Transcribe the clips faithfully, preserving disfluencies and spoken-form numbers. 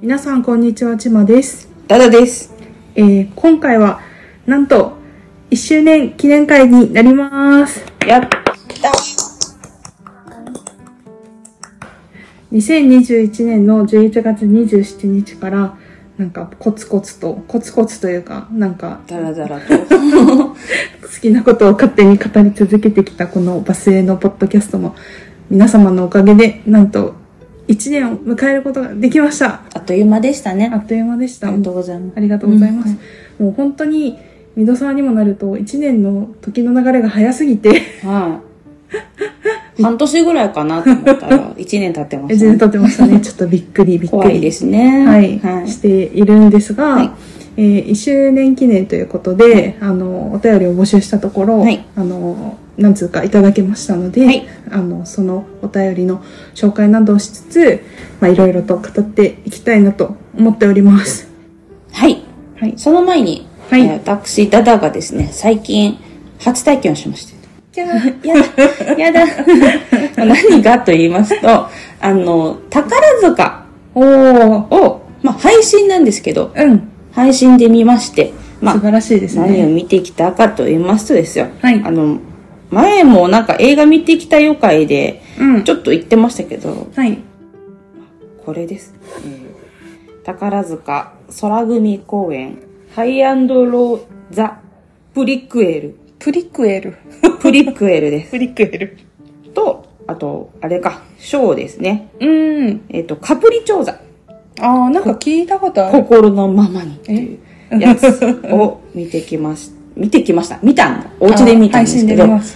皆さんこんにちは、ちまです。 ダダです。 えー、今回はなんといっしゅうねん記念会になります。 やったにせんにじゅういちねんのじゅういちがつにじゅうしちにちからなんかコツコツとコツコツというかなんかダラダラと好きなことを勝手に語り続けてきたこのバスへのポッドキャストも皆様のおかげでなんといちねんを迎えることができました。 あっという間でしたね。 あっという間でした。 ありがとうございます。 ありがとうございます。うん、もう本当にミドサーにもなるといちねんの時の流れが早すぎて、 はい、半年ぐらいかなと思ったらいちねん経ってましたね。 いちねん経ってましたね。ちょっとびっくりびっくり。 怖いですね。 はい、はい、しているんですが、はい、えー、いっしゅうねん記念ということで、はい、あのお便りを募集したところ、はい、あの何通かいただけましたので、はい、あのそのお便りの紹介などをしつつ、まあいろいろと語っていきたいなと思っております。 はい。はい、その前に、はい、えー、私ダダがですね、最近初体験をしました。やだやだ何がと言いますと、あの宝塚ををまあ配信なんですけど、うん、配信で見まして、 まあ、素晴らしいですね。 何を見てきたかと言いますとですよ、 はい、 あの前もなんか映画見てきたよ会でちょっと言ってましたけど、うん、はい、これです、えー、宝塚空組公演ハイアンドローザプリクエルプリクエルプリクエルですプリクエルと、あとあれかショーですね。 うん、 えっ、ー、とカプリ調査、 ああなんか聞いたことある。 心のままにっていうやつを見てきました見てきました。見たんだ。お家で見たんですけど。はい、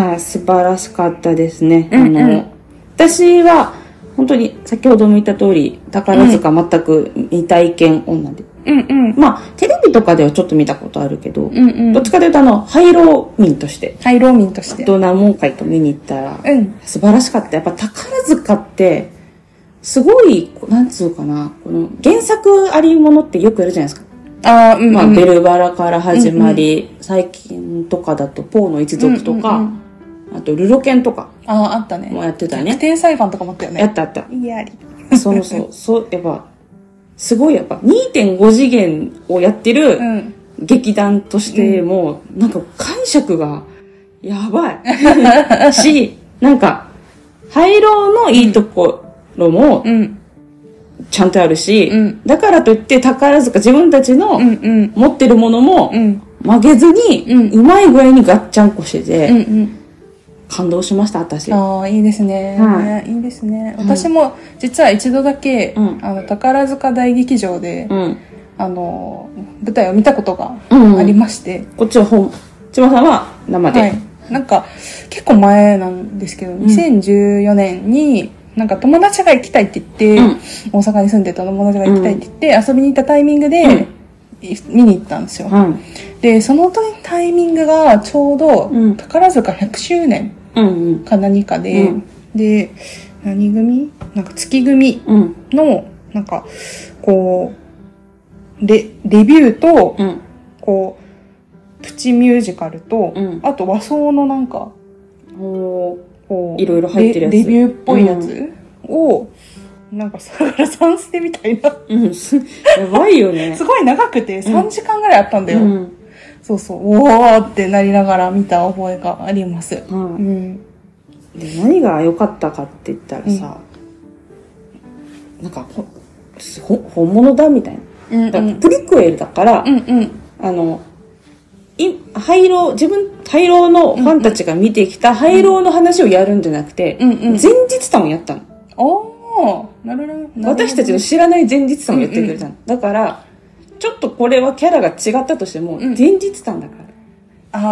あ、素晴らしかったですね。うんうん、あの、私は、本当に先ほども言った通り、宝塚全く未体験女で。うんうん、まあ、テレビとかではちょっと見たことあるけど、うんうん、どっちかというと、あの、廃炉民として。 廃炉民として。 ドナモン会と見に行ったら、うん、素晴らしかった。やっぱ宝塚って、すごい、なんつうかな、この原作ありものってよくやるじゃないですか。 あ、うんうん、 まあ、ベルバラから始まり、うんうん、最近とかだとポーの一族とか、うんうんうん、あとルロケンとかああったね、 もうやってたね。 逆転裁判とかもあったよね。 やったあった。 いやりそうそうそうやっぱすごいやっぱ にてんご 次元をやってる劇団としても、うん、なんか解釈がやばいし、なんか廃炉のいいところも、うんうんちゃんとあるし、うん、だからといって宝塚自分たちの持ってるものも曲げずに、うん、うまい具合にガッチャンコしてて、うんうん、感動しました私。 ああいいですね、はい、いいですね。私も実は一度だけ、うん、あの宝塚大劇場で、うん、あの舞台を見たことがありまして、うんうん、 こっちは本千葉さんは生で、はい、 なんか結構前なんですけど、にせんじゅうよねんになんか友達が行きたいって言って、うん、大阪に住んでた友達が行きたいって言って、うん、遊びに行ったタイミングで、うん、見に行ったんですよ、うん、でそのタイミングがちょうど、うん、宝塚ひゃくしゅうねんか何かで、うん、で何組なんか月組の、うん、なんかこう レ, レビューと、うん、こうプチミュージカルと、うん、あと和装のなんかおこういろいろ入ってるやつレ, レビューっぽいやつを、うん、なんかさからさんステみたいな、 うん、やばいよねすごい長くてさんじかんぐらいあったんだよ、うん、そうそうおーってなりながら見た覚えがあります、うんうん、 で何が良かったかって言ったらさ、うん、なんかほ本物だみたいな、うんうん、だからプリクエルだから、うんうん、あの廃炉自分廃炉のファンたちが見てきた廃炉の話をやるんじゃなくて、うんうん、前日談をやったの。 おーなるほど。 私たちの知らない前日談をやってくれたの、うんうん、だからちょっとこれはキャラが違ったとしても、うん、前日談だから、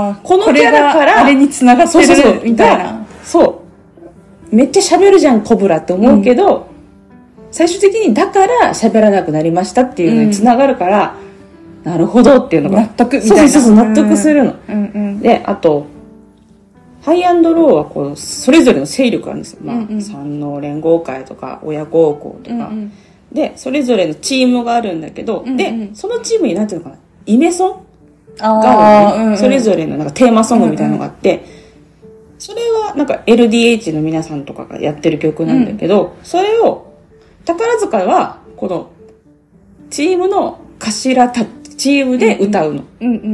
あこのキャラからあれに繋がってるそうそうそうみたいな。 そうめっちゃ喋るじゃんコブラって思うけど、うん、最終的にだから喋らなくなりましたっていうのに繋がるから、うんなるほどっていうのが納得みたいな。そうそうそう納得するの、うんうん、であとハイアンドローはこうそれぞれの勢力があるんですよ、まあうんうん、山王連合会とか親孝行とか、うんうん、でそれぞれのチームがあるんだけど、うんうん、でそのチームになんていうのかなイメソンが、ねうんうん、それぞれのなんかテーマソングみたいなのがあって、うんうん、それはなんか エルディーエイチ の皆さんとかがやってる曲なんだけど、うん、それを宝塚はこのチームの頭たチームで歌うの、 うんうんうん、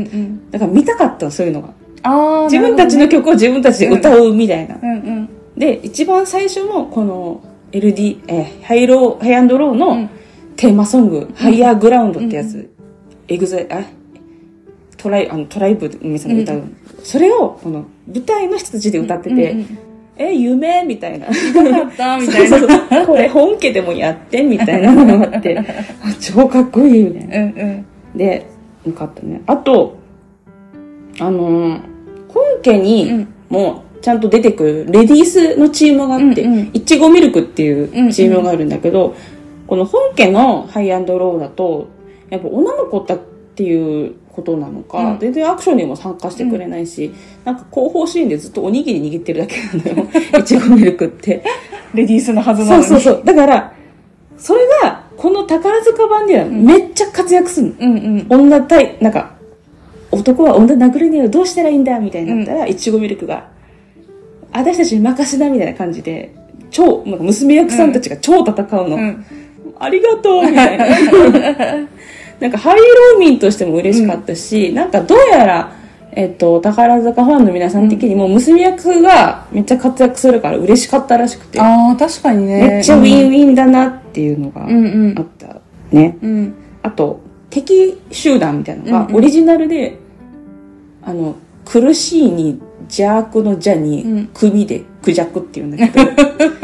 だから見たかったのそういうのが。 あ、 自分たちの曲を自分たちで歌うみたいな、 うんうんうん、 で一番最初もこの エルディー、えー、ハイローハイアンドローのテーマソング、うん、ハイヤーグラウンドってやつ、うん、エグザイあトライあのトライブの皆さんが歌う、うん、それをこの舞台の人たちで歌ってて、うんうんうん、え夢みたいなよかったみたいなそうそうそうこれ本家でもやってみたいなのがあって超かっこいいみたいな、うんうん、でよかったね。あとあのー、本家にもちゃんと出てくるレディースのチームがあって、うんうん、いちごミルクっていうチームがあるんだけど、うんうん、この本家のハイアンドローだとやっぱ女の子だっていうことなのか、うん、全然アクションにも参加してくれないし、うん、なんか後方シーンでずっとおにぎり握ってるだけなのよいちごミルクってレディースのはずなのに。 そうそうそう。だからそれがこの宝塚版ではめっちゃ活躍するの、うんうん、女対なんか男は女殴れねえよどうしたらいいんだみたいになったら、うん、いちごミルクが私たちに任せなみたいな感じで超なんか娘役さんたちが超戦うの、うん、ありがとうみたいななんかハイローミンとしても嬉しかったし、うん、なんかどうやら、えっと、宝塚ファンの皆さん的にも娘役がめっちゃ活躍するから嬉しかったらしくて、 ああ確かにねめっちゃウィンウィンだなっていうのがあったね、うんうん、あと敵集団みたいなのがオリジナルで、うんうん、あの苦しいに邪悪の邪に首でクジャクっていうんだけど、うん、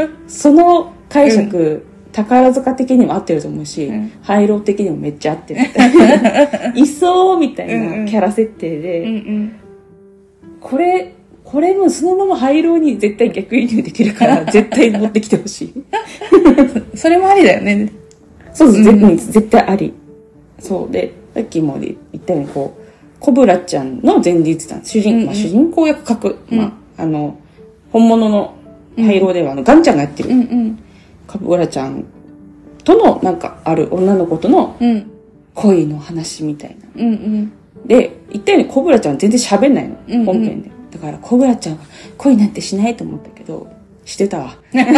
その解釈、うん、宝塚的にも合ってると思うし、うん、ハイロー的にもめっちゃ合ってるいそうみたいなキャラ設定で、うんうん、これこれもそのままハイローに絶対逆輸入できるから絶対持ってきてほしいそれもありだよね。 そうそう、うん、絶対あり。そうでさっきも言ったようにこうコブラちゃんの前日談主人、うんうんまあ、主人公役格、うんまあ、あの本物のハイローではあのガンちゃんがやってる、うんうん、コブラちゃんとのなんかある女の子との恋の話みたいな、うんうん、で言ったようにコブラちゃんは全然喋んないの、うんうん、本編でだからコブラちゃんは恋なんてしないと思ったけどしてたわ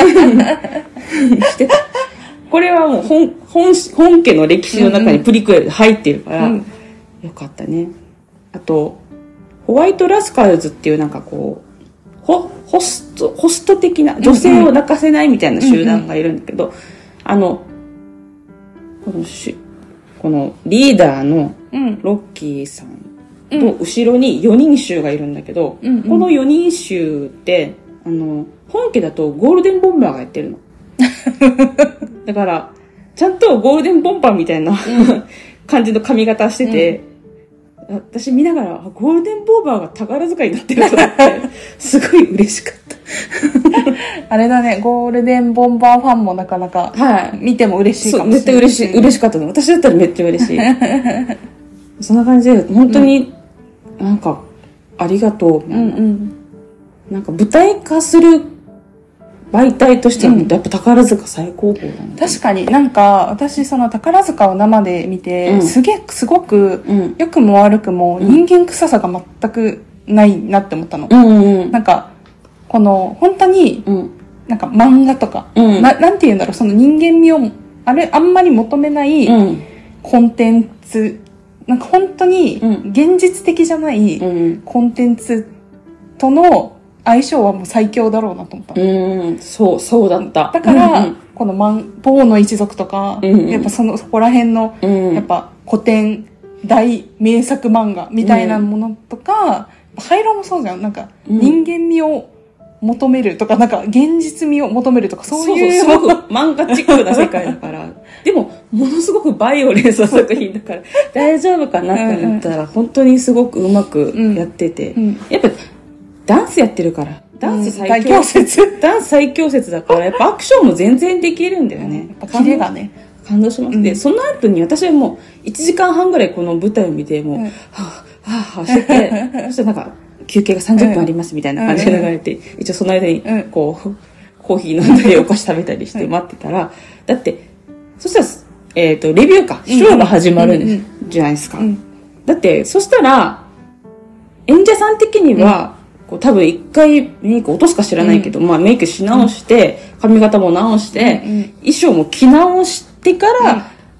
してたこれはもう 本, 本, 本家の歴史の中にプリクエルで入ってるから、うんうん、よかったね。あとホワイトラスカルズっていうなんかこう ホ, ホ, ストホスト的な女性を泣かせないみたいな集団がいるんだけど、うんうん、あのこのしこのリーダーのロッキーさんと後ろによにん衆がいるんだけど、うんうん、このよにん衆ってあの本家だとゴールデンボンバーがやってるのだからちゃんとゴールデンボンバーみたいな感じの髪型してて、うん、私見ながらゴールデンボンバーが宝塚になってると思ってすごい嬉しかったあれだね、ゴールデンボンバーファンもなかなか見ても嬉しいかもしれない、 はい、絶対嬉しい、嬉しかったの。私だったらめっちゃ嬉しいそんな感じで本当になんか、うん、ありがとうみたいな、うんうん、なんか舞台化する媒体としてもやっぱ宝塚最高峰だね、うん、 確かになんか私その宝塚を生で見て、うん、すげえすごく良くも悪くも人間臭さが全くないなって思ったの、うんうんうん、なんかこの本当になんか漫画とか、うん、な, なんて言うんだろう、その人間味をあれあんまり求めないコンテンツ、なんか本当に現実的じゃないコンテンツとの相性はもう最強だろうなと思った。 うん、そう、そうだった。 だから、うんうん、このマン、ポーの一族とか、うんうん、やっぱその、そこら辺の、うん、やっぱ古典大名作漫画みたいなものとか、うん、ハイローもそうじゃん。なんか、人間味を求めるとか、なんか、現実味を求めるとか、そういう。 そうそう、すごく漫画チックな世界だから。でも、ものすごくバイオレンスな作品だから、大丈夫かなって思ったら、うんうん、本当にすごくうまくやってて。うんうん、やっぱ、ダンスやってるから。ダンス最強説、うん、ダンス最強説だから、やっぱアクションも全然できるんだよね。 やっぱキレがね。 感動します。うん、で、その後に私はもういちじかんはんぐらいこの舞台を見て、もう、うん、はぁ、はぁ、はぁしてて、そしたらなんか、休憩がさんじゅっぷんありますみたいな感じで流れて、うん、一応その間に、こう、コーヒー飲んだりお菓子食べたりして待ってたら、だって、そしたら、えっと、レビューか、ショーが始まるんじゃないですか。だって、そしたら、演者さん的には、こう多分一回メイク落とすか知らないけど、うん、まあメイクし直して、髪型も直して、うん、衣装も着直してから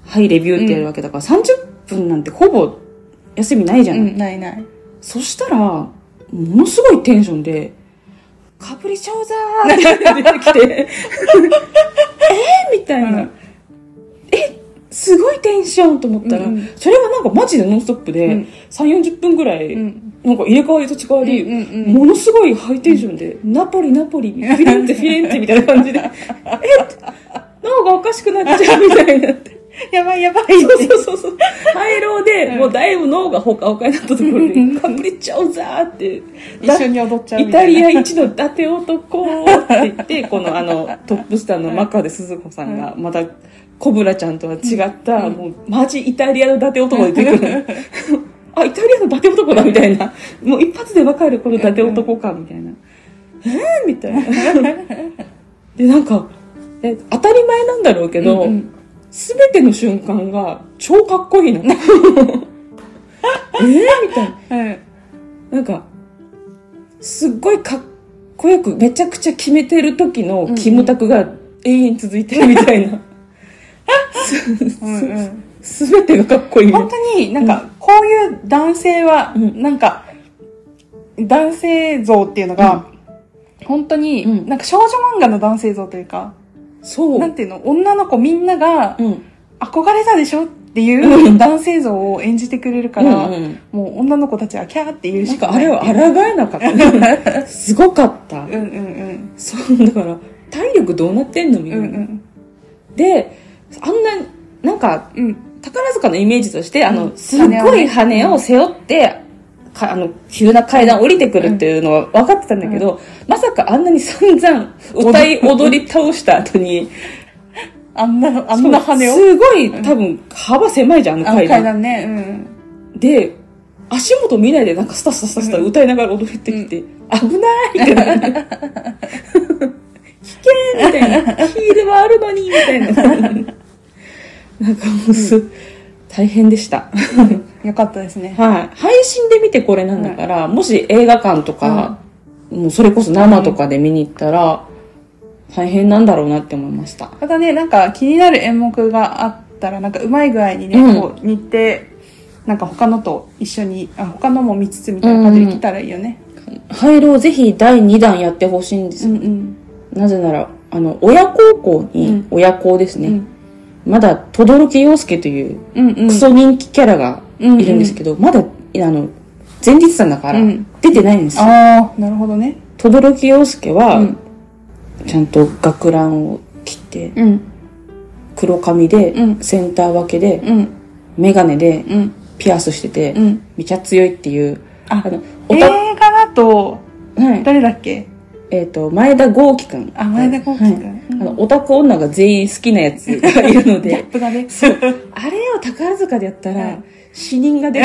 はいレビューってやるわけだから、うん、さんじゅっぷんなんてほぼ休みないじゃない、 うん、ないない。 そしたらものすごいテンションでカプリチョーザーって出てきてえーみたいな、うん、えすごいテンションと思ったら、うん、それがなんかマジでノンストップで、うん、さんじゅうよんじゅっぷんぐらい、うん、なんか入れ替わりと違わり、うんうんうん、ものすごいハイテンションで、うん、ナポリナポリフィレンツェフィレンツェみたいな感じでえ脳がおかしくなっちゃうみたいになってやばいやばいそうそうそうそう廃炉で、うん、もうだいぶ脳がほかほかになったところでカプリチョーザーって一緒に踊っちゃうみイタリア一の伊達男って言ってこのあのトップスターの真壁鈴子さんがまたコブラちゃんとは違った、うん、もうマジイタリアの伊達男で出てくるあイタリアの伊達男だみたいなもう一発でわかるこの伊達男かみたいなえーみたいなでなんかえ当たり前なんだろうけど、うんうんすべての瞬間が超かっこいいの。えーみたいな、うん。なんか、すっごいかっこよくめちゃくちゃ決めてる時のキムタクが永遠続いてるみたいな。すべてがかっこいい。 本当になんか、こういう男性は、なんか、男性像っていうのが、本当に、なんか少女漫画の男性像というか、そう。なんていうの女の子みんなが、憧れたでしょっていう男性像を演じてくれるから、うんうん、もう女の子たちはキャーって言うしかない。 なんかあれは抗えなかった。すごかった。うんうんうん。そう、だから、体力どうなってんのみたいな。うんうん、で、あんな、なんか、うん、宝塚のイメージとして、あの、すっごい羽を背負って、かあの急な階段降りてくるっていうのは分かってたんだけど、うん、まさかあんなに散々歌い踊り倒した後にあんなあんな羽をすごい多分幅狭いじゃんあの階段、 階段ね、 うん、で足元見ないでなんかスタスタスタスタ歌いながら踊ってきて、うん、危ないってなって危険みたいなヒールはあるのにみたいななんかもうす、うん、大変でしたよかったですね。 はい。配信で見てこれなんだから、はい、もし映画館とか、うん、もうそれこそ生とかで見に行ったら、大変なんだろうなって思いました。 またね、なんか気になる演目があったら、なんかうまい具合にね、うん、こう日程、なんか他のと一緒に、あ、他のも見つつみたいな感じで来たらいいよね。 廃炉ぜひだいにだんやってほしいんですよ。うんうん、なぜなら、あの、親孝行に、うん、親孝ですね。うん、まだ、轟陽介という、クソ人気キャラが、いるんですけど、うんうん、まだ、あの、前日さんだから、出てないんですよ。うん、 ああ、なるほどね。 轟陽介は、うん、ちゃんと学ランを切って、うん、黒髪で、うん、センター分けで、うん、メガネで、うん、ピアスしてて、うん、めちゃ強いっていう。 あ、あの映画だと、はい、誰だっけえっ、ー、と、前田豪輝くん。 あ、前田豪輝くん。はい、 あの、オタク女が全員好きなやつがいるので。 ギャップがね。 そう。あれを宝塚でやったら、うん死人が出る。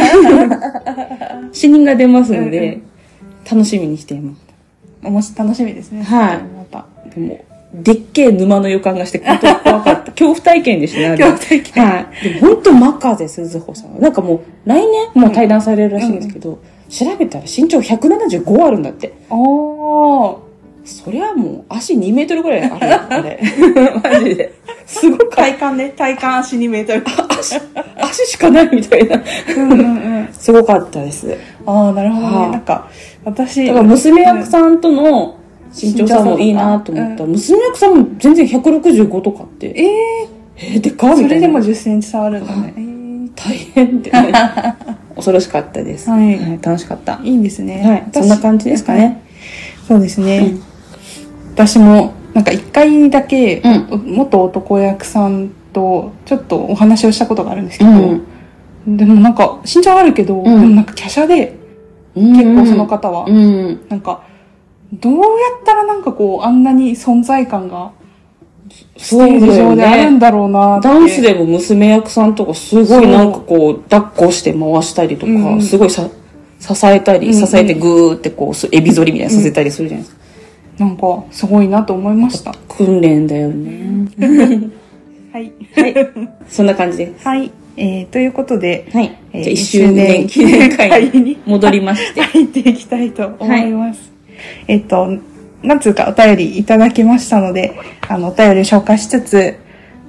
死人が出ますので、うんうん、楽しみにしています。 おもし楽しみですね。 はい。また。でも、でっけえ沼の予感がして、本当に怖かった。恐怖体験でしたね。 恐怖体験。 はい。でも本当、真風鈴穂さん。なんかもう、来年もう対談されるらしいんですけど、うんうん、調べたら身長ひゃくななじゅうごあるんだって。 おー。 そりゃもう、足にメートルぐらいあるよ、あれ。マジで。すごく。 体感ね。体感足にメートル。 足、足しかないみたいな。うんうんうん。すごかったです。 ああ、なるほどね。なんか、私。 だから娘役さんとの身長差もいいなと思った。うん、娘役さんも全然ひゃくろくじゅうごとかって。 えー、えー、でかみたいな。 それでもじゅっセンチ差あるんだね。えー、大変ってね。恐ろしかったです。はい。楽しかった。 いいんですね。 はい。そんな感じですかね。 そうですね。うん私もなんか一回だけ、うん、元男役さんとちょっとお話をしたことがあるんですけど、うん、でもなんか身長あるけど、うん、でもなんか華奢で、うん、結構その方は、うん、なんかどうやったらなんかこうあんなに存在感がステージ上であるんだろうなって、 ダンスでも娘役さんとかすごいなんかこう抱っこして回したりとか、うん、すごいさ支えたり、うんうん、支えてグーってこうエビ反りみたいなさせたりするじゃないですか。 なんか、すごいなと思いました。 訓練だよね。 はい。 はい。そんな感じです。 はい。えー、ということで、 はい。えー、じゃあいっしゅうねん記念会に戻りまして。 入っていきたいと思います。はい、えっと、何つうかお便りいただきましたので、あの、お便りを紹介しつつ、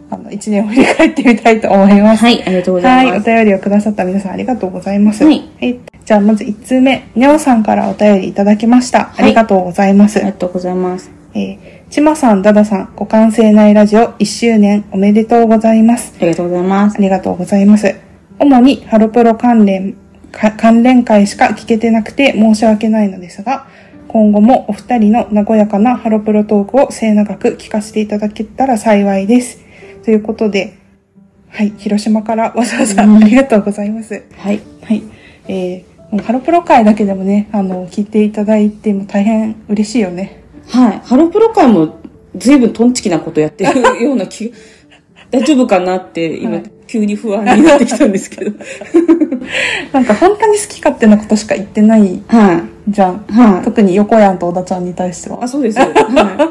あの、一年を振り返ってみたいと思います。 はい、ありがとうございます。 はい、お便りをくださった皆さんありがとうございます。 はい。 はい、じゃあ、まずいち通目、にゃおさんからお便りいただきました。ありがとうございます。 ありがとうございます。 えー、ちまさん、だださん、互換性ないラジオいっしゅうねんおめでとうございます。 ありがとうございます。 ありがとうございます。主にハロプロ関連、関連会しか聞けてなくて申し訳ないのですが、今後もお二人の和やかなハロプロトークを末永く聞かせていただけたら幸いです。ということで、はい、広島からわざわざありがとうございます。 はい。 はい。えー、ハロプロ会だけでもね、あの、聞いていただいても大変嬉しいよね。 はい。ハロプロ会も随分トンチキなことやってるような気が、大丈夫かなって今、はい、急に不安になってきたんですけど。 なんか本当に好き勝手なことしか言ってないじゃん。はい、特に横やんと小田ちゃんに対しては。 あ、そうですよ。はい、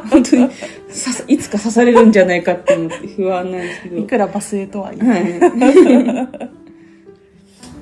本当にいつか刺されるんじゃないかって思って不安なんですけど。 いくらバスエとはいえ。 はい、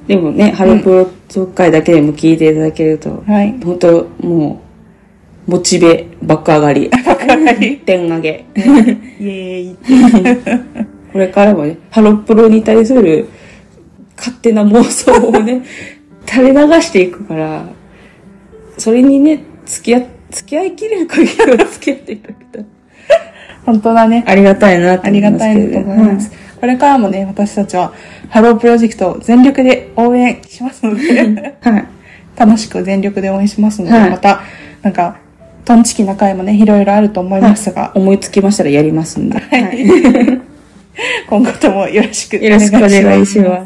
でもね、ハロプロ総会だけでも聞いていただけると、はい、本当もう、モチベ爆上がり。爆上がり。点上げ。イエーイ。 これからもね、ハロプロに対する勝手な妄想をね、垂れ流していくから、それにね、付き合、付き合いきれる限りは付き合っていただけたら。 本当だね。 ありがたいなと思います。ありがたいと思います。うん、これからもね、私たちはハロープロジェクトを全力で応援しますので、はい、楽しく全力で応援しますので、はい、また、なんか、トンチキな回もね、いろいろあると思いますが。 はい、思いつきましたらやりますんで。はい、 今後ともよろしくお願いします。よろしくお願いします。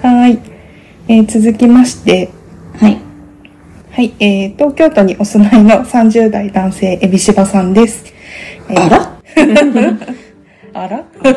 はい。えー、続きまして、 はい。 はい、えー、東京都にお住まいのさんじゅう代男性、エビシバさんです。 えー、あらあらはい。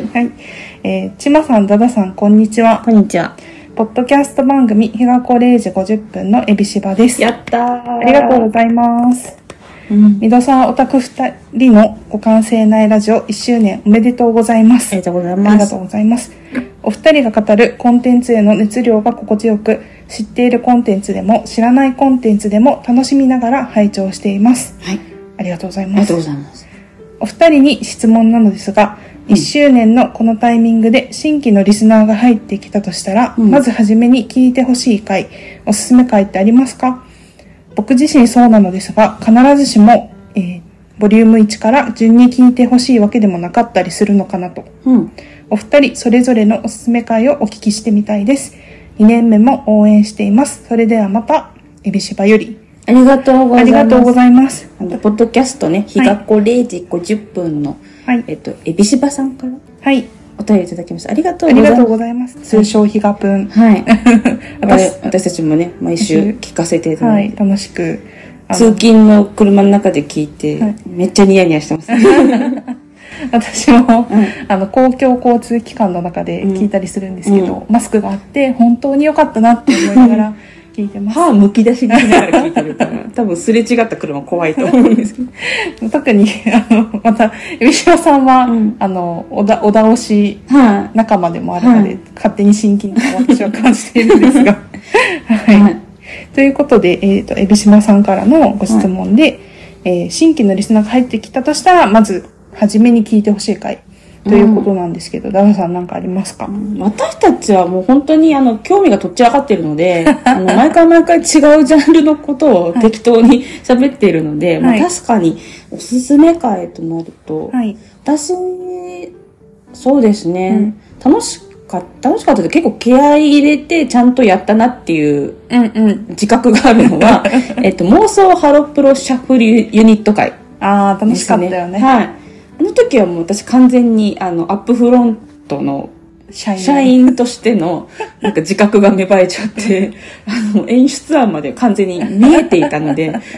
はい。えー、ちまさん、だださん、こんにちは。 こんにちは。 ポッドキャスト番組、日がこれいじごじゅっぷんのエビシバです。 やったー。 ありがとうございます。うん、みどさんオタクふたりの互換性ないラジオいっしゅうねんおめでとうございます。 ありがとうございます。 ありがとうございます。お二人が語るコンテンツへの熱量が心地よく、知っているコンテンツでも知らないコンテンツでも楽しみながら拝聴しています。 はい。 ありがとうございます。 ありがとうございます。 お二人に質問なのですが、いっしゅうねんのこのタイミングで新規のリスナーが入ってきたとしたら、うん、まずはじめに聞いてほしい回、おすすめ回ってありますか？僕自身そうなのですが、必ずしも、えー、ボリュームいちから順に聞いてほしいわけでもなかったりするのかなと。うん、お二人それぞれのおすすめ回をお聞きしてみたいです。にねんめも応援しています。それではまた、エビシバより。 ありがとうございます。 ありがとうございます。 あのポッドキャストね、日がこれいじごじゅっぷんの、はい、えっと、エビシバさんから、はい、お便りいただきました。ありがとうございます。 ありがとうございます。通称ヒガプン。 はい。私, 私たちもね、毎週聞かせていただいて。 はい、楽しく。 通勤の車の中で聞いて、はい、めっちゃニヤニヤしてます。 私も、うん、あの、公共交通機関の中で聞いたりするんですけど、うん、マスクがあって、本当に良かったなって思いながら、聞いてます。 歯むき出しにしながら聞いてるから、多分すれ違った車怖いと思うんですけど。 特に、あの、また、海島さんは、うん、あの、おだ、お倒し仲間でもあるので、はい、勝手に親近感を私は感じているんですが。はい。はい、ということで、えっと、海島さんからのご質問で、はい、えー、新規のリスナーが入ってきたとしたら、まず、初めに聞いてほしい回。ということなんですけど、ダナさん何かありますか？ 私たちはもう本当にあの興味がとっちらかっているので、あの毎回毎回違うジャンルのことを適当に喋っているので、はい、まあ、確かにおすすめ会となると、はい、私、そうですね、うん、楽しかった、楽しかったで結構気合い入れてちゃんとやったなっていう自覚があるのは、うんうん、えっと、妄想ハロプロシャッフルユニット会、ね。 ああ、楽しかったよね。 はい。あの時はもう私完全にあのアップフロントの社員、社員としてのなんか自覚が芽生えちゃってあの演出案まで完全に見えていたの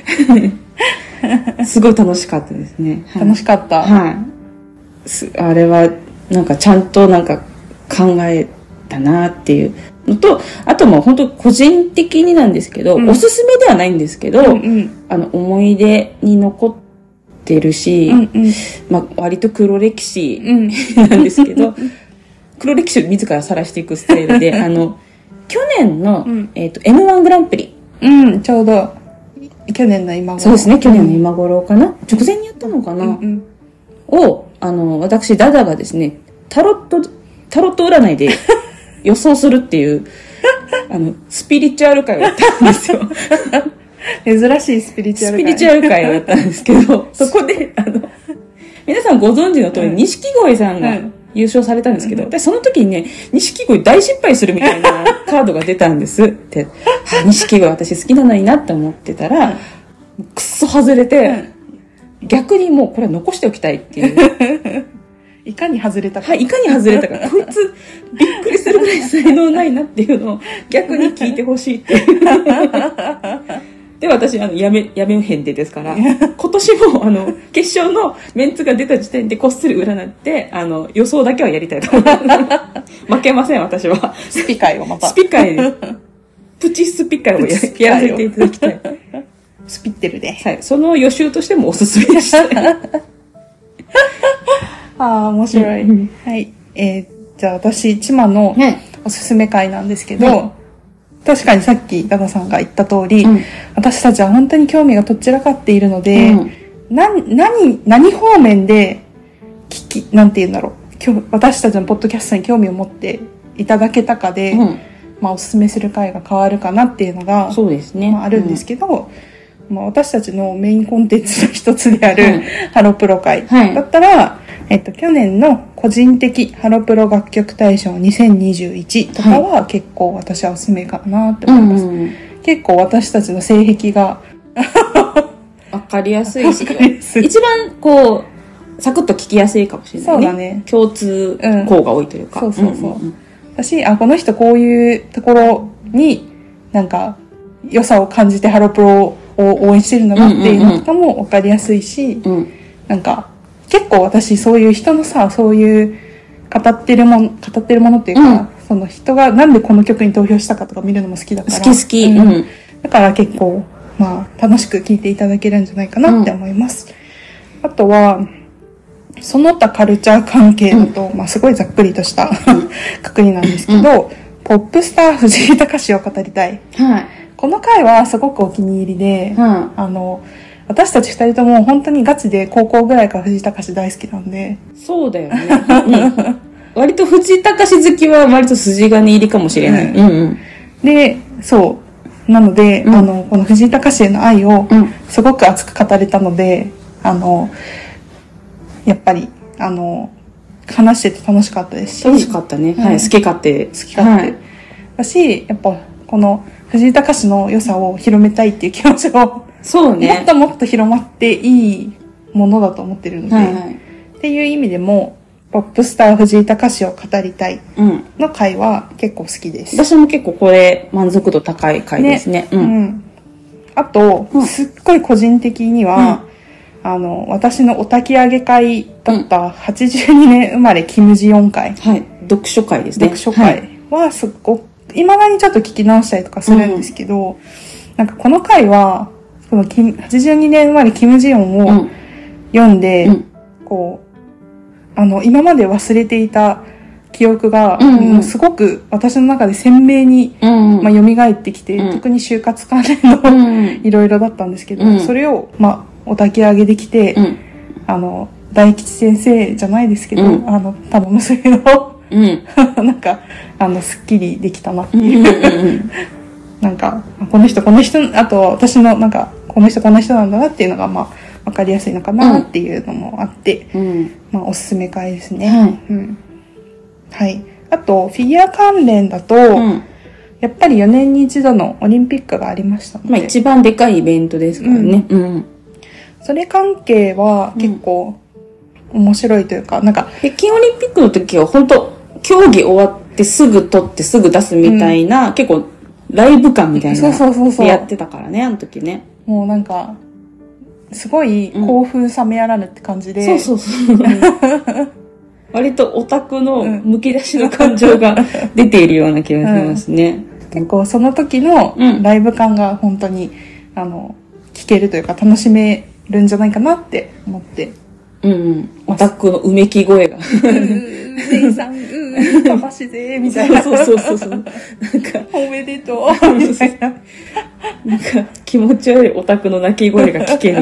ですごい楽しかったですね。 はい、楽しかった。 はい。あれはなんかちゃんとなんか考えたなっていうのと、あとも本当個人的になんですけど、うん、おすすめではないんですけど、うんうん、あの思い出に残っててるし、うんうん、まあ割と黒歴史なんですけど、うん、黒歴史を自ら晒していくスタイルで、あの去年の、うん、えっと エムワン グランプリ、 うん、ちょうど去年の今頃、 そうですね、去年の今頃かな、直前にやったのかな、うんうん、をあの私ダダがですねタロット、タロット占いで予想するっていう、あの、スピリチュアル会をやったんですよ。 珍しいスピリチュアル会。 スピリチュアル会をやったんですけど、そこで、あの、皆さんご存知の通り、錦鯉さんが優勝されたんですけど、で、その時にね、錦鯉大失敗するみたいなカードが出たんです。で、あ、錦鯉私好きなのになって思ってたら、くっそ外れて、逆にもうこれは残しておきたいっていう。 いかに外れたか。 はい、いかに外れたか。こいつ、びっくりするぐらい才能ないなっていうのを逆に聞いてほしいっていう。で、私、あの、やめ、やめへんでですから、今年も、あの、決勝のメンツが出た時点でこっそり占って、あの、予想だけはやりたいと思います。負けません、私は。 スピ会をまた。 スピ会、プチスピ会をややらせていただきたい。 スピってるで。 はい。その予習としてもおすすめでした。 ああ、面白い。うん、はい。えー、じゃあ私、チマのおすすめ会なんですけど、はい、確かにさっきダダさんが言った通り、うん、私たちは本当に興味がどちらかっているので、うん、な、何、何方面で聞き、なんて言うんだろう。今日、私たちのポッドキャストに興味を持っていただけたかで、うん、まあおすすめする会が変わるかなっていうのが、 そうですね。 まああるんですけど、うん、まあ私たちのメインコンテンツの一つである、はい、ハロプロ会だったら、はい、えっと、去年の個人的ハロプロ楽曲大賞にせんにじゅういちとかは結構私はおすすめかなって思います。はい、うんうん、結構私たちの性癖がわかりやすいし、一番こう、サクッと聞きやすいかもしれないね。 そうだね。 共通項が多いというか。 うん、そうそうそう。うんうんうん、私、あ、この人こういうところになんか良さを感じてハロプロを応援してるんだなっていうのとかもわかりやすいし、うんうんうん、なんか、結構私そういう人のさ、そういう語ってるもの、語ってるものっていうか、うん、その人がなんでこの曲に投票したかとか見るのも好きだから。 好き好き。うんうん、だから結構、まあ、楽しく聴いていただけるんじゃないかなって思います。うん、あとは、その他カルチャー関係だと、うん、まあすごいざっくりとしたくくりなんですけど、うん、ポップスター藤井隆を語りたい。はい、この回はすごくお気に入りで、うん、あの、私たち二人とも本当にガチで高校ぐらいから藤井隆大好きなんで。 そうだよね。うん、割と藤井隆好きは割と筋金入りかもしれない。うんうん、 で、そう。なので、うん、あの、この藤井隆への愛をすごく熱く語れたので、あの、やっぱり、あの、話してて楽しかったですし。 楽しかったね。うん、はい。好き勝手。 好き勝手。はい、だし、やっぱ、この藤井隆の良さを広めたいっていう気持ちを、 そうね。 もっともっと広まっていいものだと思ってるので、はいはい、っていう意味でも、ポップスター藤井隆を語りたいの回は結構好きです。 私も結構これ満足度高い回ですね。ね、うん。うん、 あと、うん、すっごい個人的には、うん、あの、私のお焚き上げ会だったはちじゅうにねん生まれキムジヨン会。 はい。読書会ですね。 読書会はすっごく、未だにちょっと聞き直したりとかするんですけど、うん、なんかこの回は、このはちじゅうにねん生まれキムジヨンを読んで、うん、こう、あの、今まで忘れていた記憶が、うんうん、もうすごく私の中で鮮明に、うんうんまあ、蘇ってきて、うん、特に就活関連のいろいろだったんですけど、うん、それを、まあ、お焚き上げできて、うん、あの、大吉先生じゃないですけど、うん、あの、頼むそれの、うん、なんか、あの、すっきりできたなっていう。うんうんうんなんか、この人、この人、あと私の、なんか、この人、この人なんだなっていうのが、まあ、わかりやすいのかなっていうのもあって、うん、まあ、おすすめ会ですね。はい。うん、はい。あと、フィギュア関連だと、うん、やっぱりよねんに一度のオリンピックがありましたので。 まあ、一番でかいイベントですからね。うん。うん、 それ関係は結構面白いというか、なんか、 北京オリンピックの時は本当競技終わってすぐ撮ってすぐ出すみたいな、うん、結構、ライブ感みたいな。そうそうそうそう。やってたからね、あの時ね。 もうなんか、すごい興奮冷めやらぬって感じで。 うん、そうそうそう。割とオタクのむき出しの感情が出ているような気がしますね。 うん、結構その時のライブ感が本当に、あの、聞けるというか楽しめるんじゃないかなって思って。 うんうん。オタクのうめき声が。 レイさん、うー、かましぜ、みたいな。 そうそうそうそう。なんか、 おめでとう、みたいな。 なんか、気持ち悪いオタクの泣き声が聞ける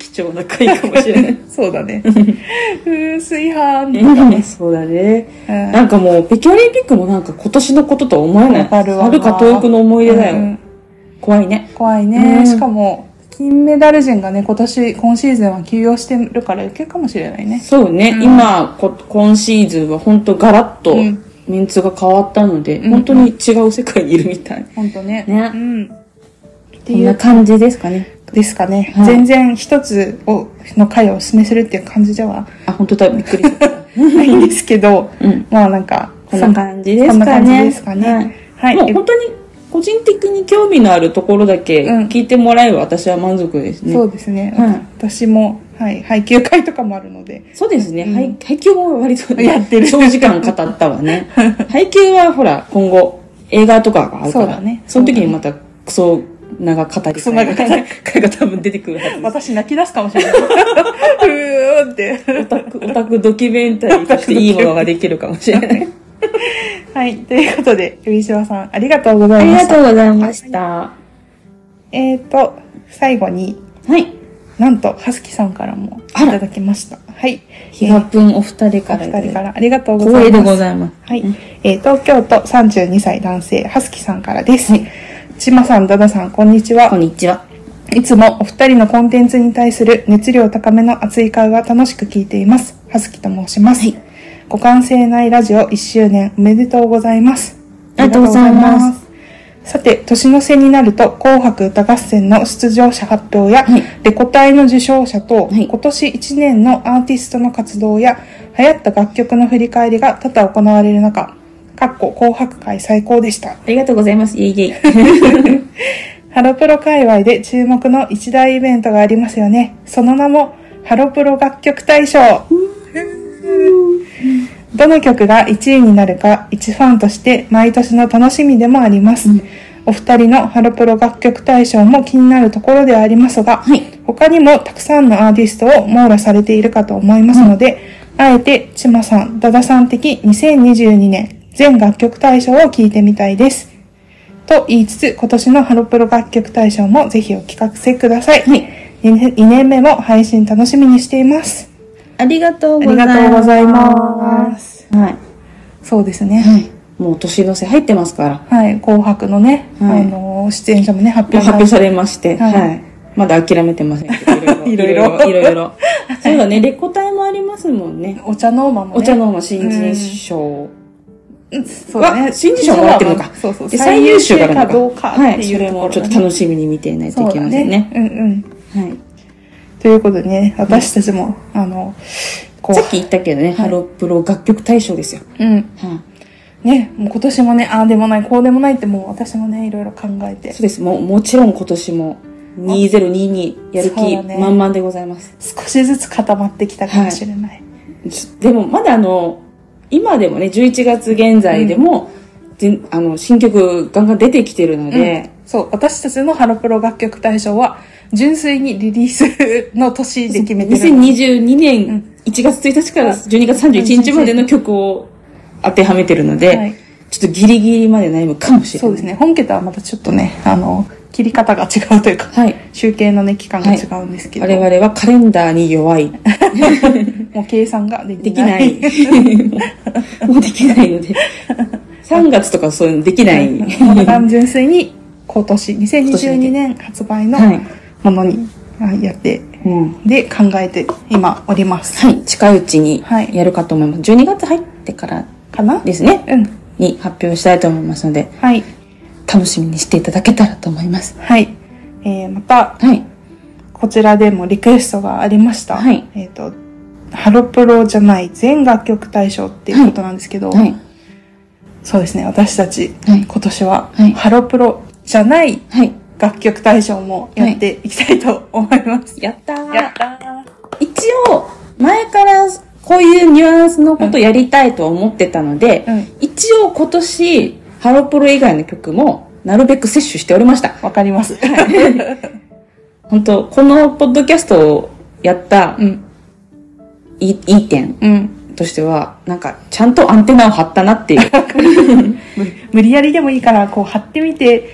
貴重な回かもしれない。 そうだね。風水派とかね。 そうだね。なんかもう、北京オリンピックもなんか今年のこととは思えない。 はるか遠くの思い出だよ。うん、怖いね。 怖いね。うん、しかも、金メダル陣がね、今年、今シーズンは休養してるから余計かもしれないね。 そうね。うん、今こ、今シーズンは本当ガラッとメンツが変わったので、うん、本当に違う世界にいるみたい。 本当ね。 ね。 うん。 っていう感じですかね。 ですかね。はい、全然一つをの回をお勧めするっていう感じでは。 あ、本当だ。びっくりした。 ないんですけど、うん、まあなんか、 こんな感じですかね。 こんな感じですかね。 はい。もう本当に個人的に興味のあるところだけ聞いてもらえば私は満足ですね。 そうですね。うん、私も、はい、配給会とかもあるので。 そうですね。うん、配, 配給も割と、 ね、やってる。 長時間語ったわね。配給はほら、今後映画とかがあるから。そうだね。その時にまたクソ長語り。クソ長語り。会が多分出てくるはずです。 私泣き出すかもしれない。うーって。 オタク、オタクドキュメンタリーとしていいものができるかもしれない。 はい。ということで、海島さん、ありがとうございました。 ありがとうございました。 えーと、最後に、 はい。 なんと、はすきさんからもいただきました。はい。 ひがぷんお二人から。 お二人から。ありがとうございます。 光栄でございます。 はい。うん、えー、東京都さんじゅうにさい男性、はすきさんからです。はい。ちまさん、だださん、こんにちは。 こんにちは。 いつもお二人のコンテンツに対する熱量高めの熱い会話楽しく聞いています。はすきと申します。はい。互換性ないラジオいっしゅうねんおめでとうございます。 ありがとうございます。 さて、年の瀬になると、紅白歌合戦の出場者発表や、はい、レコ大の受賞者と、はい、今年いちねんのアーティストの活動や、流行った楽曲の振り返りが多々行われる中、かっこ紅白会最高でした。 ありがとうございます。イェイイェイ。 ハロプロ界隈で注目の一大イベントがありますよね。その名も、ハロプロ楽曲大賞。どの曲がいちいになるか、一ファンとして毎年の楽しみでもあります。うん、お二人のハロプロ楽曲大賞も気になるところではありますが、はい、他にもたくさんのアーティストを網羅されているかと思いますので、うん、あえてちまさん、だださん的にせんにじゅうにねん全楽曲大賞を聞いてみたいです。と言いつつ、今年のハロプロ楽曲大賞もぜひお聞かせください。はい、にねんめも配信楽しみにしています。 ありがとうございます。 ありがとうございます。 はい。 そうですね。 はい。もう年の瀬入ってますから。 はい。紅白のね、はい、あの、出演者もね、発表発表されまして、はい。はい、まだ諦めてませんけど、いろいろ。いろいろ。そうだね、レコ大もありますもんね。 お茶の間もね。 お茶の間新人賞。 うん、そうだね。 新人賞もらってるのか。 そうそう。 で、最優秀がかどうかっていう、 はい。それもちょっと楽しみに見ていないといけませんね。 うんうん。 はい。 ということでね、私たちも、あの、 さっき言ったけどね、ハロプロ楽曲大賞ですよ。 うん。ね、もう今年もね、ああでもない、こうでもないってもう私もね、いろいろ考えて。 そうです。もう、もちろん今年もにせんにじゅうにやる気満々でございます。 少しずつ固まってきたかもしれない。 でも、まだあの、今でもね、じゅういちがつ現在でも、あの、新曲ガンガン出てきてるので、 そう、私たちのハロプロ楽曲大賞は、純粋にリリースの年で決めてる。 にせんにじゅうにねんいちがつついたちからじゅうにがつさんじゅういちにちまでの曲を当てはめてるので、はい、ちょっとギリギリまで悩むかもしれない。 そうですね。本桁はまたちょっとね、あの、切り方が違うというか、はい、集計のね、期間が違うんですけど。 はい、我々はカレンダーに弱い。 もう計算ができない。できない。もうできないので。さんがつとかそういうのできない。 だから純粋に今年、にせんにじゅうにねん発売のものにやって、うん、で考えて今おります。 はい。近いうちにやるかと思います。じゅうにがつ入ってからかなですね。うん。に発表したいと思いますので、はい。楽しみにしていただけたらと思います。 はい。えー、また、はい。こちらでもリクエストがありました。はい。えっと、ハロプロじゃない全楽曲大賞っていうことなんですけど、はい。はい、そうですね。私たち、はい、今年は、はい、ハロプロじゃない、はい。楽曲大賞もやっていきたいと思います。 はい、やったー。 やったー。 一応、前からこういうニュアンスのことやりたいと思ってたので、うん、一応今年、ハロプロ以外の曲もなるべく摂取しておりました。 わかります。 本当このポッドキャストをやった、うん、いい、いい点としては、なんかちゃんとアンテナを張ったなっていう。 無理やりでもいいから、こう張ってみて、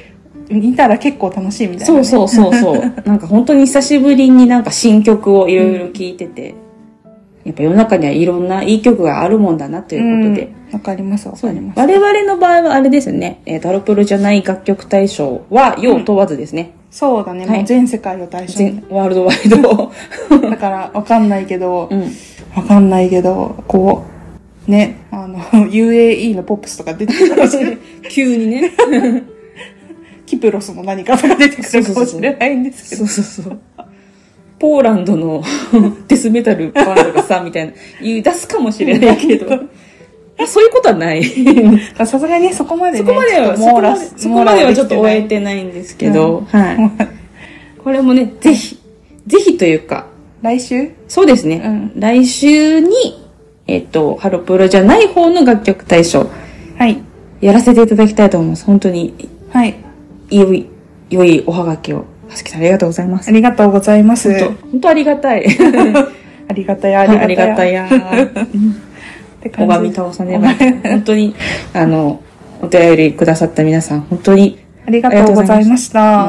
見たら結構楽しいみたいな、 ね、そうそうそうそうなんか本当に久しぶりになんか新曲をいろいろ聴いてて、うん、やっぱ世の中にはいろんないい曲があるもんだなということで。わ、 うん、かりますわかります。 我々の場合はあれですね、えー、ハロプロじゃない楽曲大賞は要問わずですね。 うん、そうだね、はい、もう全世界を対象に。 ワールドワイド。 だからわかんないけど、 うん、 わかんないけど、こう、ね、あの、ユーエーイー のポップスとか出てくるかもしれない。 急にね。 キプロスの何かとか出てくるかもしれないんですけど。 そうそうそう。ポーランドのデスメタルバンドがさ、みたいな、言い出すかもしれないけど。そういうことはない。 さすがにそこまでね。 そこまでは、そこまでそこまではちょっと終えてないんですけど、うん、はい。これもね、ぜひ、ぜひというか。 来週？ そうですね。うん、来週に、えっと、ハロプロじゃない方の楽曲大賞。 はい。 やらせていただきたいと思います。本当に。 はい。 良い、良いおはがきを。はすきさんありがとうございます。 ありがとうございます。 本当、本当ありがたい。 ありがたや、ありがたや。 ありがたや。拝み倒さねば。本当に、あの、お便りくださった皆さん、本当にありがとうございました。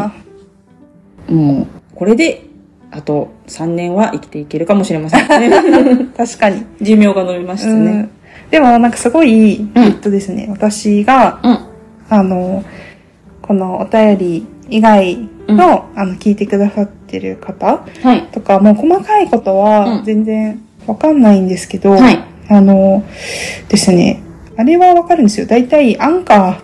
うん、もう、これで、あとさんねんは生きていけるかもしれませんね。 確かに。 寿命が伸びましたね。うん、 でも、なんかすごい、えっとですね、私が、 うん、 あの、このお便り以外の、うん、あの、聞いてくださってる方とか、はい、もう細かいことは全然わかんないんですけど、はい、あのですね、あれはわかるんですよ。だいたいアンカーって、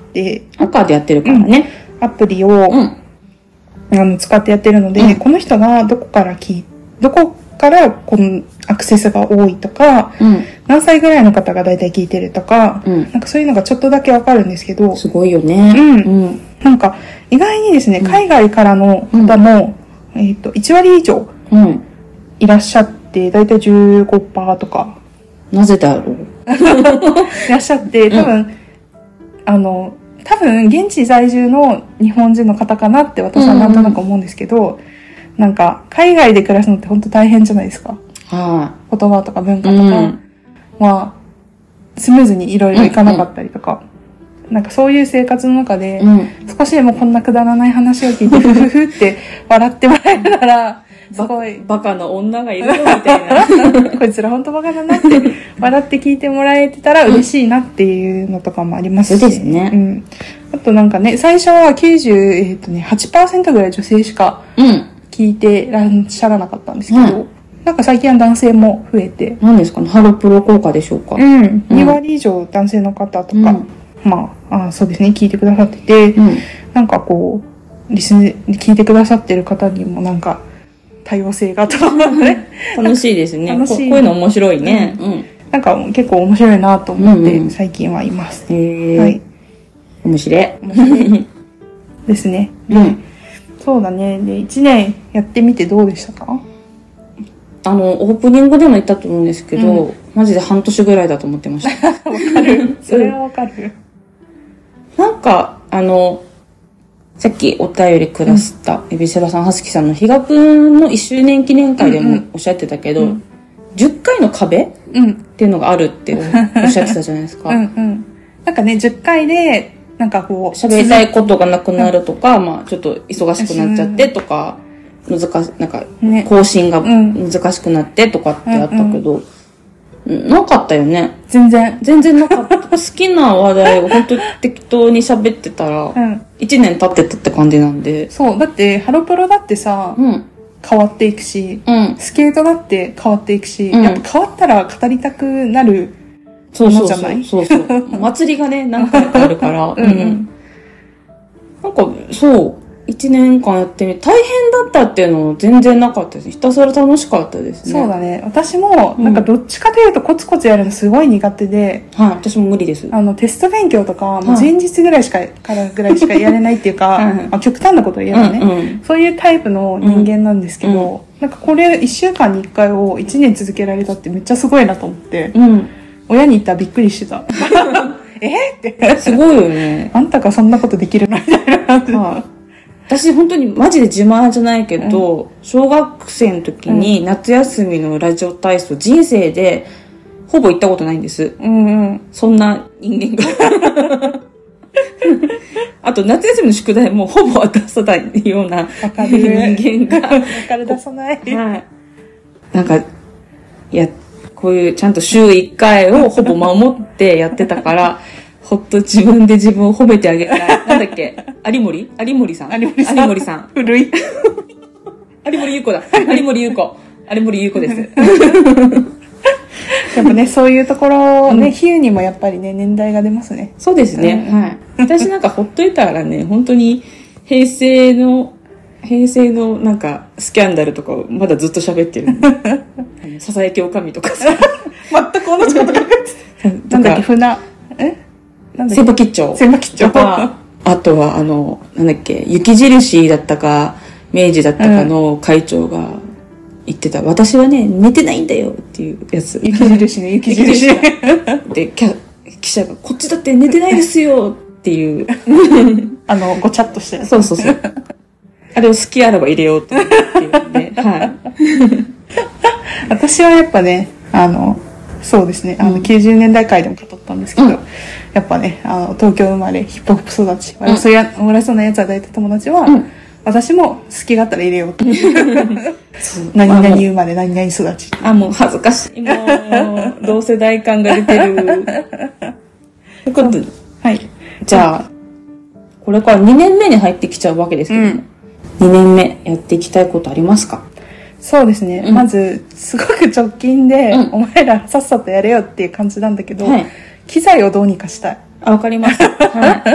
アンカーでやってるからね。 うん、アプリを、うん、あの使ってやってるので、うん、この人がどこから聞い、どこからこのアクセスが多いとか、うん、何歳ぐらいの方がだいたい聞いてるとか、うん、なんかそういうのがちょっとだけわかるんですけど。 すごいよね。 うん。うん、なんか意外にですね、海外からの方も、うん、えっと、いち割以上いらっしゃって、だいたい じゅうごパーセント とか。 なぜだろういらっしゃって、多分、うん、あの、多分現地在住の日本人の方かなって私はなんとなく思うんですけど、うんうん、なんか海外で暮らすのって本当大変じゃないですか。 はあ、言葉とか文化とか、うん、まあスムーズにいろいろいかなかったりとか、うんうん、なんかそういう生活の中で、うん、少しでもこんなくだらない話を聞いてふふふって笑ってもらえるならすごいバカな女がいるよみたいなこいつら本当バカだなって笑って聞いてもらえてたら嬉しいなっていうのとかもありますし、 そうですね、 うん、あとなんかね、最初はきゅうじゅう、えーとね、はちパーセントぐらい女性しか聞いてらっしゃらなかったんですけど、うん、なんか最近は男性も増えて。 何ですかね、ハロプロ効果でしょうか。 うん。に割以上男性の方とか、うん、まあ、あ、そうですね、聞いてくださってて、うん、なんかこう、リスン、聞いてくださってる方にもなんか、多様性がとかね。 楽しいですね。楽しい。こういうの面白いね。うん。うん、 なんか結構面白いなと思って最近はいます。 うんうん、へー。はい。面白い。 面白い。ですね。うん。そうだね。で、一年やってみてどうでしたか？ あの、オープニングでも言ったと思うんですけど、うん、マジで半年ぐらいだと思ってました。 わかる。それはわかる。 なんか、あの、さっきお便りくださった、エビセバさん、はすきさんの比嘉くんのいっしゅうねん記念会でもおっしゃってたけど、うんうん、じゅっかいの壁、うん、っていうのがあるっておっしゃってたじゃないですか。 うん、うん。なんかね、じゅっかいで、なんかこう、 喋りたいことがなくなるとか、うん、まあちょっと忙しくなっちゃってとか、難し、なんか、更新が難しくなってとかってあったけど、うんうん、なかったよね。 全然。 全然なかった。好きな話題を本当に適当に喋ってたら、いちねん経ってたって感じなんで。 そう。だって、ハロプロだってさ、うん、変わっていくし、うん、スケートだって変わっていくし、うん、やっぱ変わったら語りたくなるものじゃない？ そうそうそうそうそう。祭りがね、何回かあるから。うん、うん。なんか、そう。一年間やってみて、大変だったっていうのも全然なかったです。ひたすら楽しかったですね。 そうだね。私も、なんかどっちかというとコツコツやるのすごい苦手で。 はい、私も無理です。 あの、テスト勉強とか、もう前日ぐらいしか、からぐらいしかやれないっていうか、はい、まあ、極端なことを言えばね、うんうん、そういうタイプの人間なんですけど、うんうん、なんかこれいっしゅうかんにいっかいをいちねん続けられたってめっちゃすごいなと思って、うん、親に言ったらびっくりしてた。えって。 すごいよね。 あんたがそんなことできるのみたいな。はい私本当にマジで自慢じゃないけど、うん、小学生の時に夏休みのラジオ体操、人生でほぼ行ったことないんです。 うんうん、 そんな人間が。 あと夏休みの宿題もほぼ出さないようなわかる人間が。 わかる、出さない。 はい。なんか、いや、こういうちゃんと週いっかいをほぼ守ってやってたから、ほっと自分で自分を褒めてあげたい。なんだっけ有森有森さん有森さん。 有森さん。 古い。 有森優子だ。有森優子。有森優子です。 やっぱね、そういうところね、比喩にもやっぱりね、年代が出ますね。 そうですね。はい。私なんかほっといたらね、本当に平成の、平成のなんかスキャンダルとかをまだずっと喋ってる。ささやきおかみとかさ。 全く同じこと考えてた。なんだっけ、船、えなんだっけ千葉吉兆。 千葉吉兆。 あとは、あの、なんだっけ、雪印だったか、明治だったかの会長が言ってた、うん、私はね、寝てないんだよっていうやつ。 雪印ね、雪印。 で、記者が、こっちだって寝てないですよっていう。 あの、ごちゃっとしてる。 そうそうそう。あれを好きあらば入れようと思っていうので、はい。 私はやっぱね、あの、そうですね、あの、きゅうじゅうねんだい回でも語ったんですけど、うん、やっぱね、あの、東京生まれ、ヒップホップ育ち、うん、そうや、漏れそうなやつは大体友達は、うん、私も好きがったら入れようと。何々生まれ、何々育ち。 あ、もう恥ずかしい。もう、同世代感が出てる。ということで、はい。じゃあ、これからにねんめに入ってきちゃうわけですけども、うん、にねんめやっていきたいことありますか？ そうですね。うん、まず、すごく直近で、うん、お前らさっさとやれよっていう感じなんだけど、はい、機材をどうにかしたい。 あ、わかります。はい、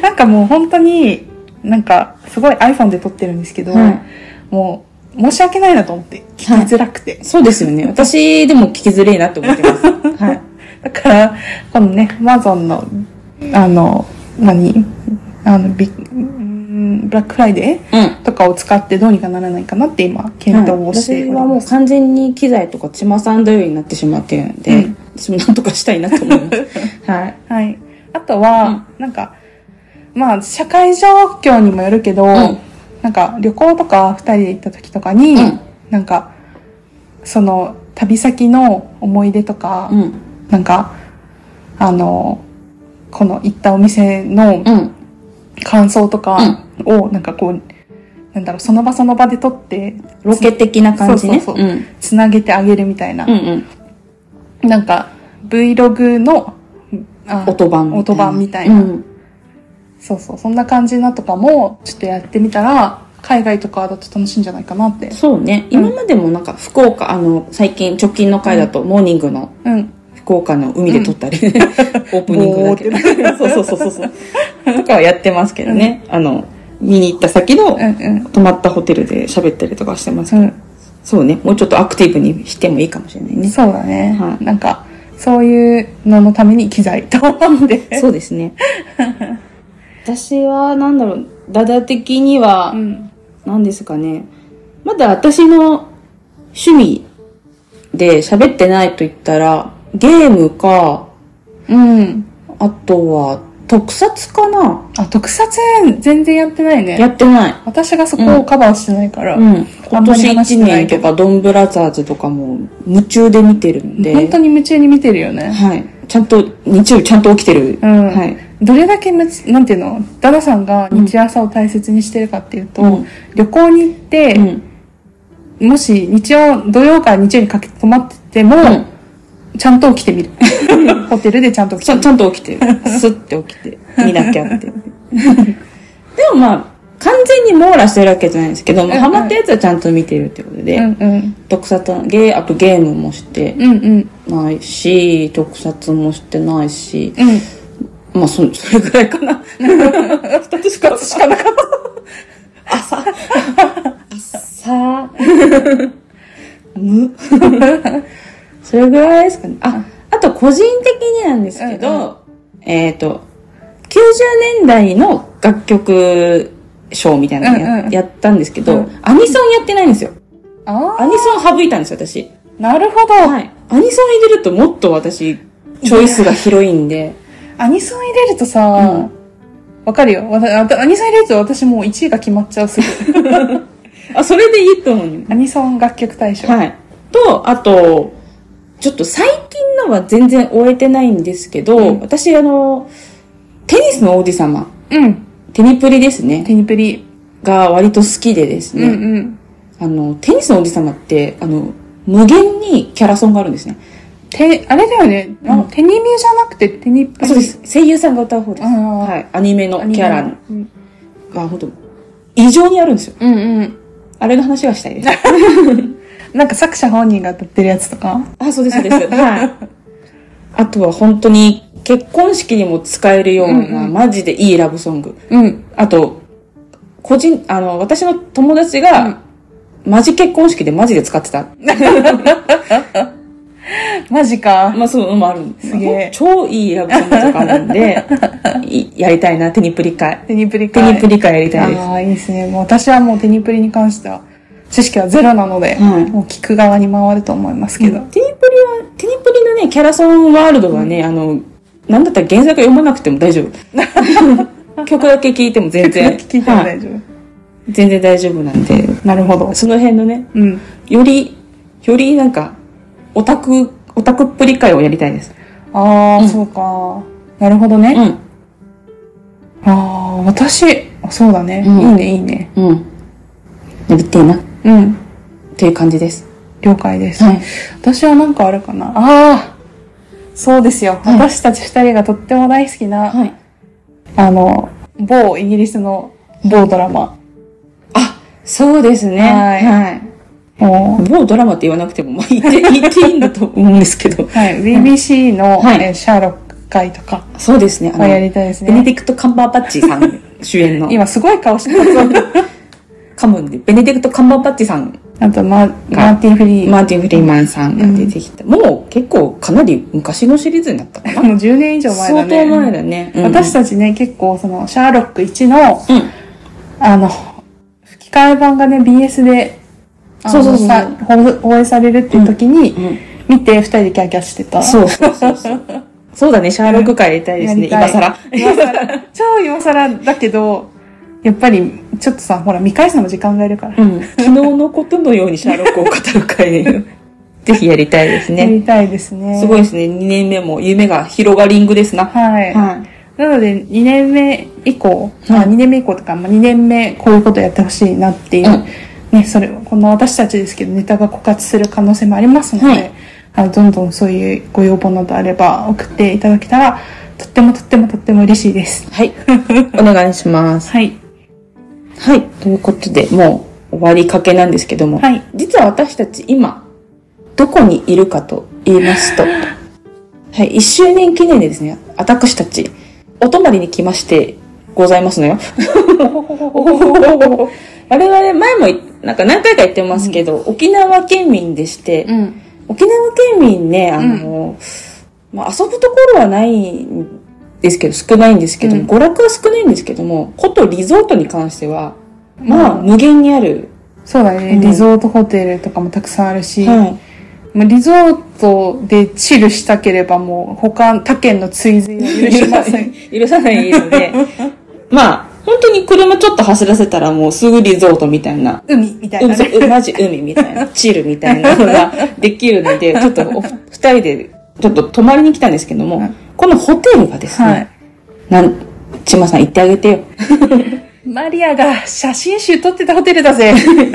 なんかもう本当に、なんか、すごい iPhone で撮ってるんですけど、はい、もう、申し訳ないなと思って、聞きづらくて。はい、 そうですよね。私でも聞きづらいなって思ってます。はい。 だから、このね、Amazon の、あの、何あの、ビブラックフライデーとかを使ってどうにかならないかなって今、検討をしています。はい、私はもう完全に機材とか血まさんだようになってしまっているので、うん、私もなんとかしたいなと思います。はい。 はい。あとは、うん、なんか、まあ、社会状況にもよるけど、うん、なんか旅行とか二人で行った時とかに、うん、なんか、その旅先の思い出とか、うん、なんか、あの、この行ったお店の感想とかを、なんかこう、なんだろう、その場その場で撮って、 ロケ的な感じね。 そうそうそう。うん、つなげてあげるみたいな。うんうん、なんか、Vlog の、 音版音版みたいな。うんそうそう、そんな感じなとかも、ちょっとやってみたら、海外とかだと楽しいんじゃないかなって。 そうね。うん、今までもなんか、福岡、あの、最近、直近の回だと、モーニングの、うん、福岡の海で撮ったり、うん、オープニングだけ。そうそうそうそうそう。とかはやってますけどね。うん、あの、見に行った先の、うんうん、泊まったホテルで喋ったりとかしてますけど、うん、そうね。もうちょっとアクティブにしてもいいかもしれないね。 そうだね。はい、なんか、そういうののために機材と思って。 そうですね。私は、なんだろう、ダダ的には、うん、何ですかね。まだ私の趣味で喋ってないと言ったら、ゲームか、うん。あとは、特撮かな。 あ、特撮全然やってないね。 やってない。 私がそこをカバーしてないから。うん。 今年いちねんとか、ドンブラザーズとかも夢中で見てるんで。 本当に夢中に見てるよね。 はい。ちゃんと、日曜日ちゃんと起きてる。うん。はい。 どれだけむち、なんていうの、ダダさんが日朝を大切にしてるかっていうと、うん、旅行に行って、うん、もし日曜、土曜から日曜にかけて泊まってても、うん、ちゃんと起きてみる。ホテルでちゃんと起きてる。 ちゃんと起きてる。スッて起きて、見なきゃって。でもまあ、完全に網羅してるわけじゃないんですけど、うんうん、ハマったやつはちゃんと見てるってことで、うんうん、特撮、ゲー、あとゲームもしてないし、うんうん、特撮もしてないし、うんまあ、そ、それぐらいかな。二つしか、しかなかった。朝。朝。む。それぐらいですかね。あ、あと個人的になんですけど、うんうん、えっと、きゅうじゅうねんだいの楽曲賞みたいなのや、うんうん、やったんですけど、うん、アニソンやってないんですよ。あアニソン省いたんですよ、私。 なるほど。 はい。アニソン入れるともっと私、チョイスが広いんで。 アニソン入れるとさ、わ、うん、かるよ。アニソン入れると私もういちいが決まっちゃうすぐ。 あ、それでいいと思うよ。 アニソン楽曲大賞。 はい。と、あと、ちょっと最近のは全然終えてないんですけど、うん、私あの、テニスの王子様テニプリですね。 テニプリ。 が割と好きでですね。 うんうん。 あの、テニスのおじさまって、あの、無限にキャラソンがあるんですね。 て、あれだよね。うん、テニミュじゃなくてテニプリ。 そうです。声優さんが歌う方です。はい。アニメのキャラが本当異常にあるんですよ。 うんうん。 あれの話がしたいです。 なんか作者本人が歌ってるやつとか。 あ、そうです、そうです。はい。あとは本当に結婚式にも使えるような、うんうん、マジでいいラブソング。うん。あと、個人、あの、私の友達が、うんマジ結婚式でマジで使ってた。 マジか。 まあそういうのもあるんです。 すげえ。 超いいラブソングとかあるんで、やりたいな、テニプリ会。 テニプリ会。 テニプリ会やりたいです。 ああ、いいですね。もう私はもうテニプリに関しては、知識はゼロなので、うん、もう聞く側に回ると思いますけど。うん、 テニプリは、テニプリのね、キャラソンワールドはね、うん、あの、なんだったら原作読まなくても大丈夫。曲だけ聴いても全然。 聴いても大丈夫。 全然大丈夫なんで。 なるほど。 その辺のね、うん、より、よりなんか、オタク、オタクっぷり会をやりたいです。 ああ、うん、そうか。なるほどね。うん、ああ、私、そうだね、うん。いいね、いいね。うん。 やりてえな。うん。っていう感じです。 了解です。はい、私はなんかあるかな。ああ、そうですよ。はい、私たち二人がとっても大好きな、はい、あの、某イギリスの某ドラマ。 そうですね。はい。はい。某ドラマって言わなくても、まあ、言って、言っていいんだと思うんですけど。 はい。ビービーシー の、はいえー、シャーロック会とか。 そうですね。 あの、やりたいですね。 ベネディクト・カンバーバッチさん主演の。 今すごい顔してます。 噛むんで。ベネディクト・カンバーバッチさん。 あと、マーティン・フリー。 マーティン・フリーマンさんが出てきた。うん、もう結構かなり昔のシリーズになったかな。 もうじゅうねん以上前だね。 相当前だね。 うん、私たちね、結構その、シャーロックいちの、うん、あの、吹き替え版がね、ビーエス で、そうそうそう。放映されるっていう時に、うんうん、見て二人でキャーキャーしてた。 そうそうそうそう。そうだね、シャーロック会やりたいですね、今更。 今更。超今更だけど、やっぱり、ちょっとさ、ほら、見返すのも時間がいるから。 うん。昨日のことのようにシャーロックを語る会で、ぜひやりたいですね。 やりたいですね。 すごいですね、にねんめも夢が広がりんぐですな。 はい。はい。なので、にねんめ以降、うん、あにねんめ以降とか、まあ、にねんめこういうことやってほしいなっていう、うん、ね、それ、この私たちですけど、ネタが枯渇する可能性もありますので、はい、あのどんどんそういうご要望などあれば送っていただけたら、とってもとってもとっても嬉しいです。 はい。お願いします。はい。はい。ということで、もう終わりかけなんですけども、はい、実は私たち今、どこにいるかと言いますと、はい、いっしゅうねん記念でですね、私たち、お泊まりに来ましてございますのよ。我々前もなんか何回か言ってますけど、うん、沖縄県民でして、うん、沖縄県民ね、あの、うん、まあ、遊ぶところはないんですけど、少ないんですけども、うん、娯楽は少ないんですけども、ことリゾートに関しては、まあ、無限にある。 そうだね、リゾートホテルとかもたくさんあるし、はい、リゾートでチルしたければもう他他県の追随は許しません。 許さないので、まあ本当に車ちょっと走らせたらもうすぐリゾートみたいな、 海みたいな、ね、 うん、マジ海みたいな、チルみたいなのができるので、ちょっとお二人でちょっと泊まりに来たんですけども、はい、このホテルがですね、はい、なんちまさん言ってあげてよ。 マリアが写真集撮ってたホテルだぜ。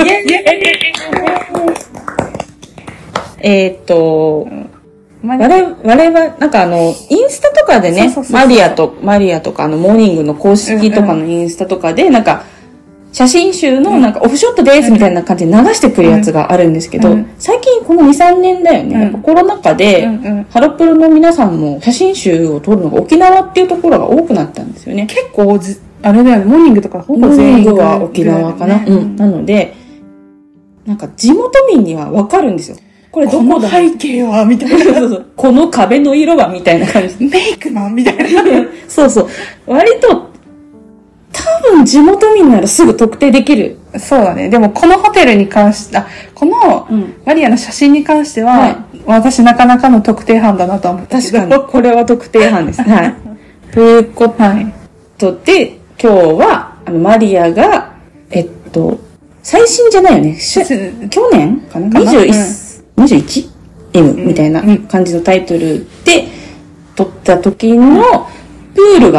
えっと、我々、我々、なんかあの、インスタとかでね、マリアと、マリアとか、あの、モーニングの公式とかのインスタとかで、なんか、写真集のなんかオフショットですみたいな感じで流してくるやつがあるんですけど、最近このに、さんねんだよね、やっぱコロナ禍で、ハロプロの皆さんも写真集を撮るのが沖縄っていうところが多くなったんですよね。 結構ず、あれだよね、モーニングとかほぼ全員は沖縄かな。うん。なので、なんか地元民にはわかるんですよ。 これどこだ、背景はみたいな。 そうそう。この壁の色はみたいな感じ。 メイクマンみたいな。 そうそう。割と、多分地元民ならすぐ特定できる。 そうだね。でもこのホテルに関して、あ、このマリアの写真に関しては、はい、私なかなかの特定班だなと思ったけど。 確かに。これは特定班です。はい。ということで、今日は、あの、マリアが、えっと、最新じゃないよね。去年かな ?にじゅういち、にじゅういちエム みたいな感じのタイトルで撮った時のプールがある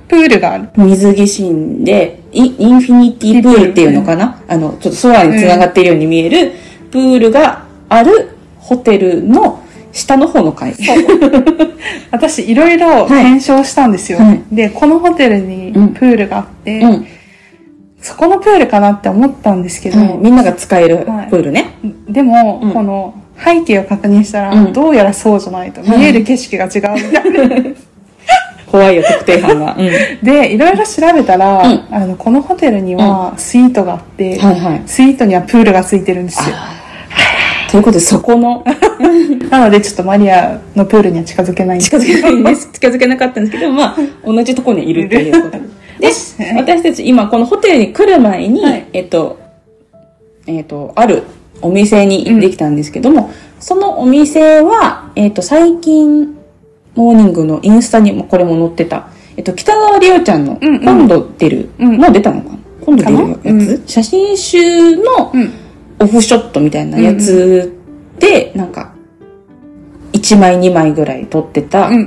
プールがある。 水着シーンで、イインフィニティプールっていうのかな、うん、あの、ちょっと空に繋がっているように見えるプールがあるホテルの下の方の階。そう。 私、いろいろ検証したんですよ。はい、で、このホテルにプールがあって、うんうん、そこのプールかなって思ったんですけど、はい、 みんなが使えるプールね。 はい、でも、うん、この背景を確認したら、うん、どうやらそうじゃないと、見える景色が違うみたいな。 怖いよ、特定班が。 うん、で、いろいろ調べたら、うん、あの、このホテルにはスイートがあって、うんはいはい、スイートにはプールがついてるんですよ。 ということで、そこの。 なので、ちょっとマリアのプールには近づけないんです近づけないんです。近づけなかったんですけど、まあ、同じところにいるということで。で、私たち今、このホテルに来る前に、はい、えっと、えっと、あるお店に行ってきたんですけども、うん、そのお店は、えっと、最近、モーニングのインスタにもこれも載ってた、えっと、北川りおちゃんの、今度出る、うんうん、もう出たのかな今度出るやつ、うん、写真集のオフショットみたいなやつで、うん、なんか、いちまいにまいぐらい撮ってた、うん、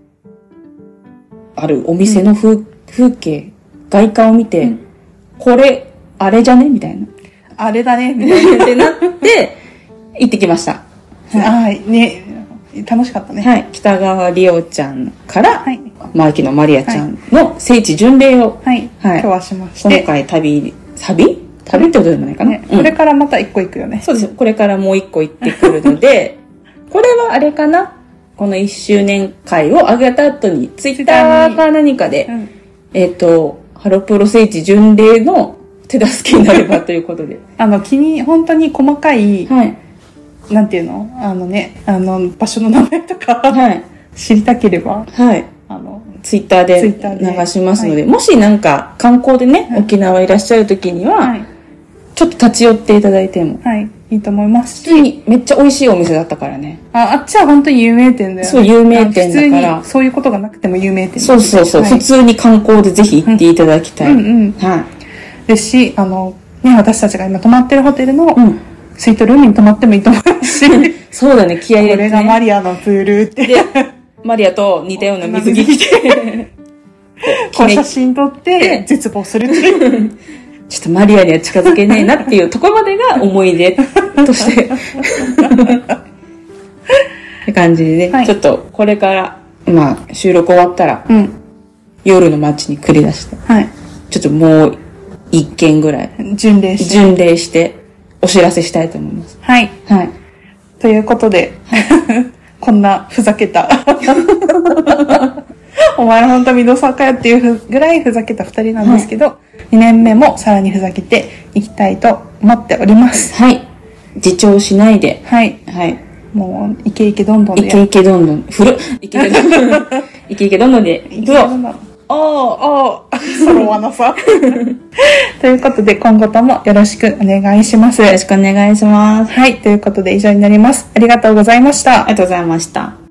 あるお店の風、うん、風景、外観を見て、うん、これ、あれじゃねみたいな。 あれだねみたいな。 ってなって、行ってきました。 はい、ね。楽しかったね。 はい。北川りおちゃんから、はい、マーキのマリアちゃんの聖地巡礼を、 はい。はい、今日はしまして。 今回旅、旅旅ってことでもないかな、ねうん、これからまた一個行くよね。 そうです。これからもう一個行ってくるので、これはあれかなこの一周年会を上げた後に、ツイッターか何かで、うん、えっと、ハロプロ聖地巡礼の手助けになればということで。 あの、気に、本当に細かい、はい。なんていうのあのね、あの、場所の名前とか、はい、知りたければ、 はい。あの、ツイッターで流しますので、はい、もしなんか観光でね、はい、沖縄いらっしゃる時には、はい、ちょっと立ち寄っていただいても。 はい。いいと思いますし。普通にめっちゃ美味しいお店だったからね。 あ、あっちは本当に有名店だよね。 そう、有名店だから。 普通にそういうことがなくても有名店。 そうそうそう。はい、普通に観光でぜひ行っていただきたい。うん、うん、うん。はい。 ですし、あの、ね、私たちが今泊まってるホテルの、うんスイートルームに泊まってもいいと思うし。 そうだね、気合い入れて、ね。 これがマリアのプールって。 で、マリアと似たような水着着て、 こう写真撮って絶望するっていう。 ちょっとマリアには近づけねえなっていうところまでが思い出として。って感じでね、はい、ちょっとこれから、まあ収録終わったら、うん、夜の街に繰り出して、はい、ちょっともう一件ぐらい巡礼して。 巡礼して、お知らせしたいと思います。 はい。はい。ということで、こんなふざけた。お前らほんとミドサーかよっていうぐらいふざけた二人なんですけど、はい、にねんめもさらにふざけていきたいと思っております。 はい。自重しないで。 はい。はい。もう、イケイケどんどんで。 イケイケどんどん。古っ。イケイケどんどん。イケイケどんどんで。いくぞ。 おー、おー、そのわなさ。ということで、今後ともよろしくお願いします。 よろしくお願いします。 はい、ということで以上になります。ありがとうございました。 ありがとうございました。